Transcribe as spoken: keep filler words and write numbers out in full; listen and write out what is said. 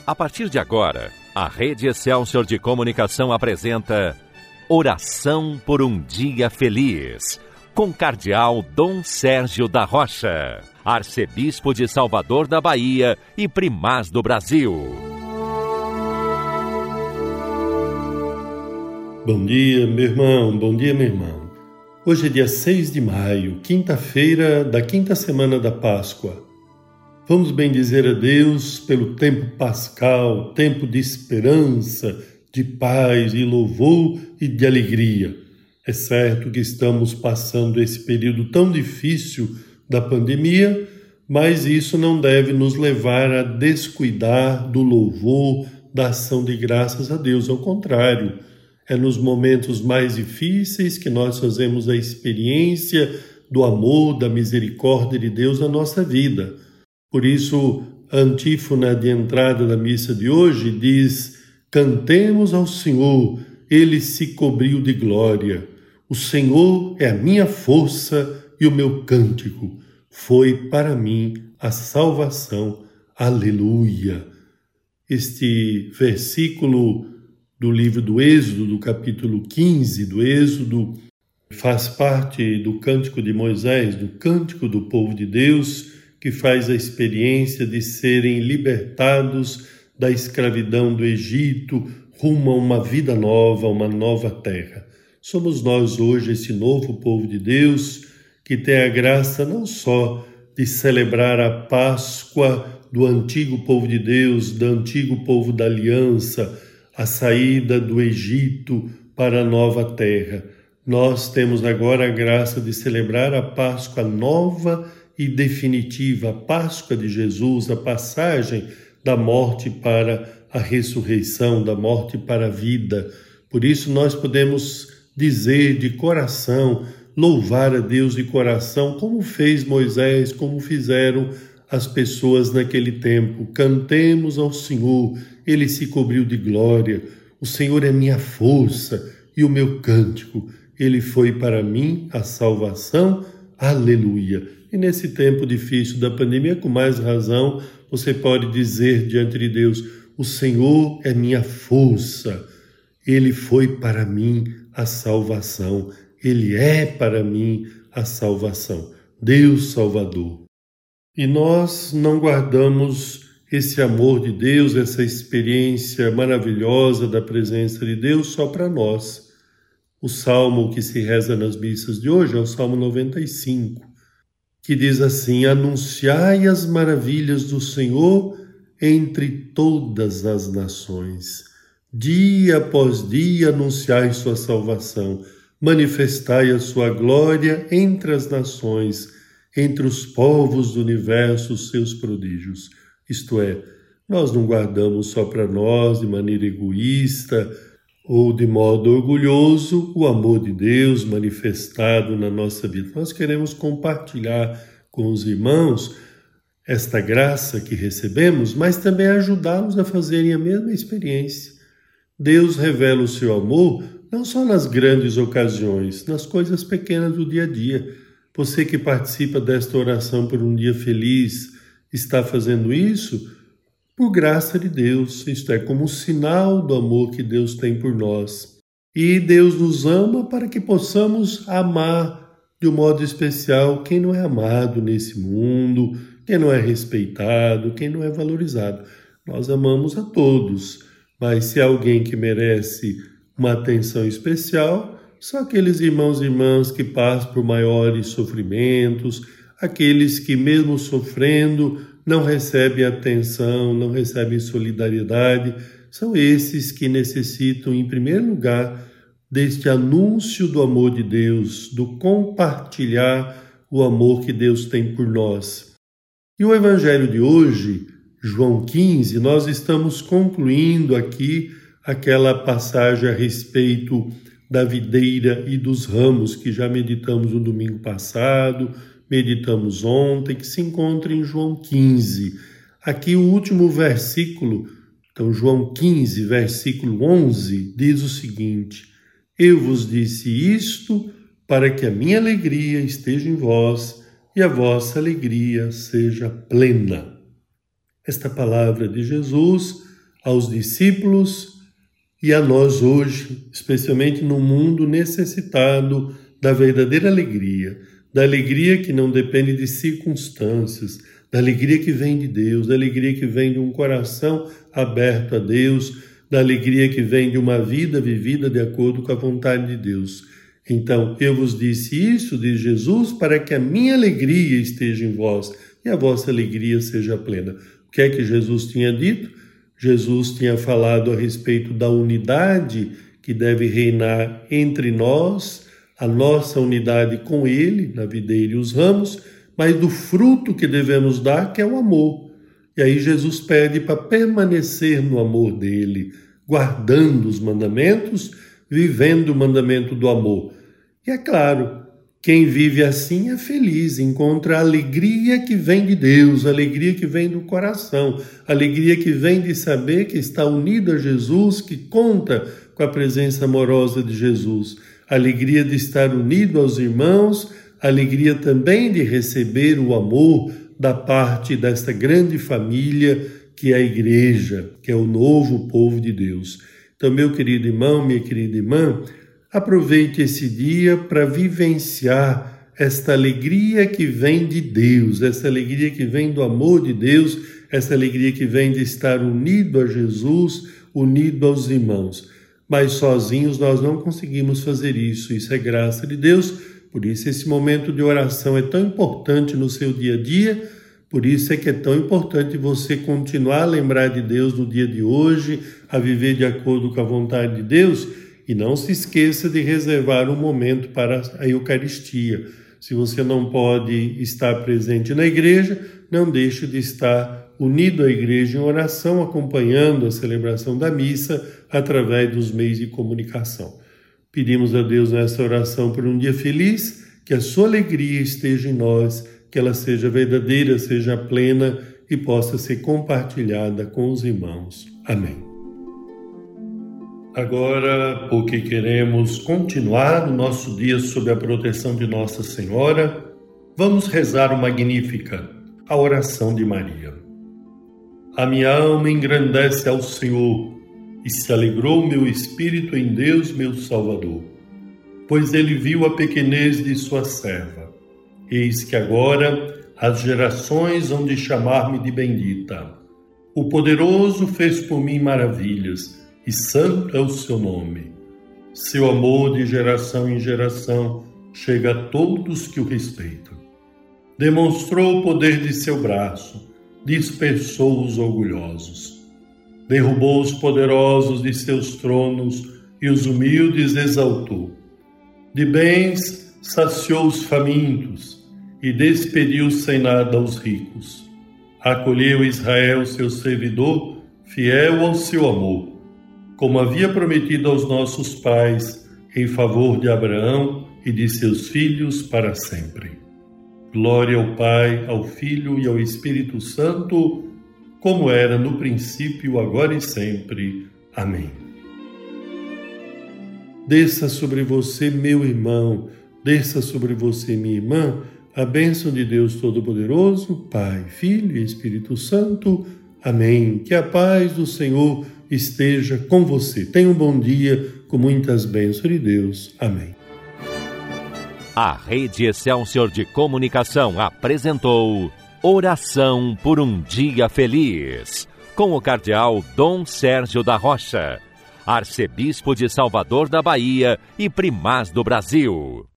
A partir de agora, a Rede Excelsior de Comunicação apresenta Oração por um Dia Feliz, com Cardeal Dom Sérgio da Rocha, Arcebispo de Salvador da Bahia e Primaz do Brasil. Bom dia, meu irmão, bom dia, minha irmã. Hoje é dia seis de maio, quinta-feira da quinta semana da Páscoa. Vamos bendizer a Deus pelo tempo pascal, tempo de esperança, de paz e louvor e de alegria. É certo que estamos passando esse período tão difícil da pandemia, mas isso não deve nos levar a descuidar do louvor, da ação de graças a Deus. Ao contrário, é nos momentos mais difíceis que nós fazemos a experiência do amor, da misericórdia de Deus na nossa vida. Por isso, a antífona de entrada da missa de hoje diz: cantemos ao Senhor, Ele se cobriu de glória. O Senhor é a minha força e o meu cântico. Foi para mim a salvação. Aleluia! Este versículo do livro do Êxodo, do capítulo quinze do Êxodo, faz parte do Cântico de Moisés, do Cântico do povo de Deus, que faz a experiência de serem libertados da escravidão do Egito rumo a uma vida nova, uma nova terra. Somos nós hoje esse novo povo de Deus que tem a graça não só de celebrar a Páscoa do antigo povo de Deus, do antigo povo da aliança, a saída do Egito para a nova terra. Nós temos agora a graça de celebrar a Páscoa nova e definitiva, a Páscoa de Jesus, a passagem da morte para a ressurreição, da morte para a vida. Por isso nós podemos dizer de coração, louvar a Deus de coração, como fez Moisés, como fizeram as pessoas naquele tempo. Cantemos ao Senhor, Ele se cobriu de glória. O Senhor é minha força e o meu cântico. Ele foi para mim a salvação. Aleluia! E nesse tempo difícil da pandemia, com mais razão, você pode dizer diante de Deus: o Senhor é minha força. Ele foi para mim a salvação. Ele é para mim a salvação. Deus Salvador. E nós não guardamos esse amor de Deus, essa experiência maravilhosa da presença de Deus só para nós. O salmo que se reza nas missas de hoje é o Salmo noventa e cinco, que diz assim: anunciai as maravilhas do Senhor entre todas as nações. Dia após dia anunciai sua salvação, manifestai a sua glória entre as nações, entre os povos do universo os seus prodígios. Isto é, nós não guardamos só para nós, de maneira egoísta ou de modo orgulhoso, o amor de Deus manifestado na nossa vida. Nós queremos compartilhar com os irmãos esta graça que recebemos, mas também ajudá-los a fazerem a mesma experiência. Deus revela o seu amor não só nas grandes ocasiões, nas coisas pequenas do dia a dia. Você que participa desta oração por um dia feliz, está fazendo isso por graça de Deus, isto é, como um sinal do amor que Deus tem por nós. E Deus nos ama para que possamos amar de um modo especial quem não é amado nesse mundo, quem não é respeitado, quem não é valorizado. Nós amamos a todos, mas se há alguém que merece uma atenção especial, são aqueles irmãos e irmãs que passam por maiores sofrimentos, aqueles que mesmo sofrendo não recebem atenção, não recebem solidariedade. São esses que necessitam, em primeiro lugar, deste anúncio do amor de Deus, do compartilhar o amor que Deus tem por nós. E o Evangelho de hoje, João quinze, nós estamos concluindo aqui aquela passagem a respeito da videira e dos ramos que já meditamos no domingo passado, meditamos ontem, que se encontra em João quinze. Aqui o último versículo, então João quinze, versículo onze, diz o seguinte: eu vos disse isto para que a minha alegria esteja em vós e a vossa alegria seja plena. Esta palavra de Jesus aos discípulos e a nós hoje, especialmente no mundo necessitado da verdadeira alegria, da alegria que não depende de circunstâncias, da alegria que vem de Deus, da alegria que vem de um coração aberto a Deus, da alegria que vem de uma vida vivida de acordo com a vontade de Deus. Então, eu vos disse isso, diz Jesus, para que a minha alegria esteja em vós e a vossa alegria seja plena. O que é que Jesus tinha dito? Jesus tinha falado a respeito da unidade que deve reinar entre nós, a nossa unidade com Ele, na videira e os ramos, mas do fruto que devemos dar, que é o amor. E aí Jesus pede para permanecer no amor dele, guardando os mandamentos, vivendo o mandamento do amor. E é claro, quem vive assim é feliz, encontra a alegria que vem de Deus, a alegria que vem do coração, a alegria que vem de saber que está unido a Jesus, que conta com a presença amorosa de Jesus, a alegria de estar unido aos irmãos, a alegria também de receber o amor da parte desta grande família que é a igreja, que é o novo povo de Deus. Então, meu querido irmão, minha querida irmã, aproveite esse dia para vivenciar esta alegria que vem de Deus, essa alegria que vem do amor de Deus, essa alegria que vem de estar unido a Jesus, unido aos irmãos. Mas sozinhos nós não conseguimos fazer isso, isso é graça de Deus, por isso esse momento de oração é tão importante no seu dia a dia, por isso é que é tão importante você continuar a lembrar de Deus no dia de hoje, a viver de acordo com a vontade de Deus, e não se esqueça de reservar um momento para a Eucaristia. Se você não pode estar presente na igreja, não deixe de estar unido à igreja em oração, acompanhando a celebração da missa através dos meios de comunicação. Pedimos a Deus nessa oração por um dia feliz, que a sua alegria esteja em nós, que ela seja verdadeira, seja plena e possa ser compartilhada com os irmãos. Amém. Agora, porque queremos continuar o nosso dia sob a proteção de Nossa Senhora, vamos rezar o Magnífica, a oração de Maria. A minha alma engrandece ao Senhor, e se alegrou meu espírito em Deus, meu Salvador, pois ele viu a pequenez de sua serva. Eis que agora as gerações hão de chamar-me de bendita. O Poderoso fez por mim maravilhas, e santo é o seu nome. Seu amor de geração em geração chega a todos que o respeitam. Demonstrou o poder de seu braço, dispersou os orgulhosos. Derrubou os poderosos de seus tronos e os humildes exaltou. De bens saciou os famintos e despediu sem nada os ricos. Acolheu Israel, seu servidor, fiel ao seu amor, como havia prometido aos nossos pais, em favor de Abraão e de seus filhos para sempre. Glória ao Pai, ao Filho e ao Espírito Santo, como era no princípio, agora e sempre. Amém. Desça sobre você, meu irmão, desça sobre você, minha irmã, a bênção de Deus Todo-Poderoso, Pai, Filho e Espírito Santo. Amém. Que a paz do Senhor esteja com você. Tenha um bom dia com muitas bênçãos de Deus. Amém. A Rede Excelsior de Comunicação apresentou Oração por um Dia Feliz, com o cardeal Dom Sérgio da Rocha, arcebispo de Salvador da Bahia e primaz do Brasil.